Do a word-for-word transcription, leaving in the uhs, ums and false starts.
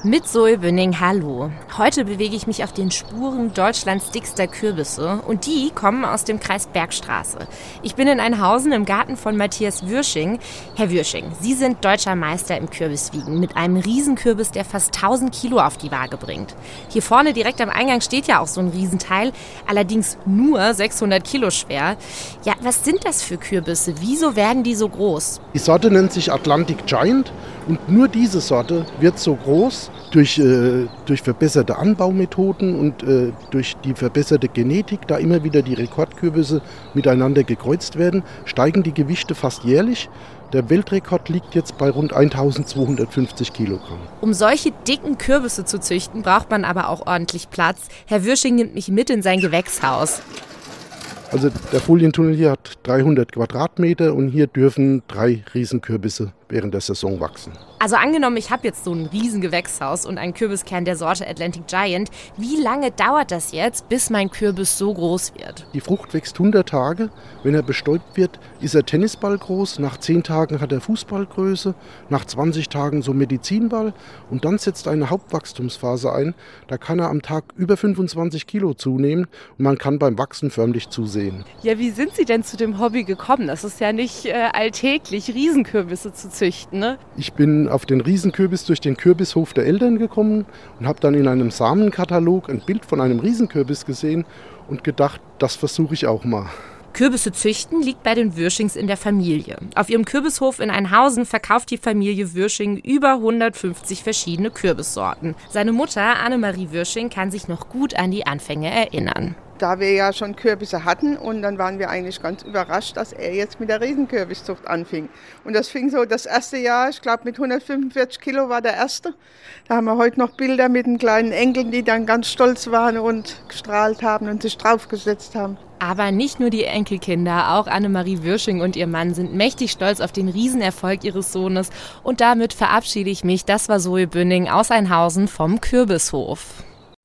Mit Zoe Bünning, hallo. Heute bewege ich mich auf den Spuren Deutschlands dickster Kürbisse und die kommen aus dem Kreis Bergstraße. Ich bin in Einhausen im Garten von Matthias Würsching. Herr Würsching, Sie sind deutscher Meister im Kürbiswiegen mit einem Riesenkürbis, der fast tausend Kilo auf die Waage bringt. Hier vorne direkt am Eingang steht ja auch so ein Riesenteil, allerdings nur sechshundert Kilo schwer. Ja, was sind das für Kürbisse? Wieso werden die so groß? Die Sorte nennt sich Atlantic Giant und nur diese Sorte wird so groß durch, äh, durch verbesserte Anbaumethoden und äh, durch die verbesserte Genetik, da immer wieder die Rekordkürbisse miteinander gekreuzt werden, steigen die Gewichte fast jährlich. Der Weltrekord liegt jetzt bei rund eintausendzweihundertfünfzig Kilogramm. Um solche dicken Kürbisse zu züchten, braucht man aber auch ordentlich Platz. Herr Würsching nimmt mich mit in sein Gewächshaus. Also der Folientunnel hier hat dreihundert Quadratmeter und hier dürfen drei Riesenkürbisse während der Saison wachsen. Also angenommen, ich habe jetzt so ein Riesengewächshaus und einen Kürbiskern der Sorte Atlantic Giant. Wie lange dauert das jetzt, bis mein Kürbis so groß wird? Die Frucht wächst hundert Tage. Wenn er bestäubt wird, ist er Tennisball groß. Nach zehn Tagen hat er Fußballgröße. Nach zwanzig Tagen so Medizinball. Und dann setzt eine Hauptwachstumsphase ein. Da kann er am Tag über fünfundzwanzig Kilo zunehmen. Und man kann beim Wachsen förmlich zusehen. Ja, wie sind Sie denn zu dem Hobby gekommen? Das ist ja nicht äh, alltäglich, Riesenkürbisse zu züchten, ne? Ich bin auf den Riesenkürbis durch den Kürbishof der Eltern gekommen und habe dann in einem Samenkatalog ein Bild von einem Riesenkürbis gesehen und gedacht, das versuche ich auch mal. Kürbisse züchten liegt bei den Würschings in der Familie. Auf ihrem Kürbishof in Einhausen verkauft die Familie Würsching über hundertfünfzig verschiedene Kürbissorten. Seine Mutter, Annemarie Würsching, kann sich noch gut an die Anfänge erinnern. Da wir ja schon Kürbisse hatten und dann waren wir eigentlich ganz überrascht, dass er jetzt mit der Riesenkürbiszucht anfing. Und das fing so das erste Jahr, ich glaube mit hundertfünfundvierzig Kilo war der erste. Da haben wir heute noch Bilder mit den kleinen Enkeln, die dann ganz stolz waren und gestrahlt haben und sich draufgesetzt haben. Aber nicht nur die Enkelkinder, auch Annemarie Würsching und ihr Mann sind mächtig stolz auf den Riesenerfolg ihres Sohnes. Und damit verabschiede ich mich. Das war Zoe Bünning aus Einhausen vom Kürbishof.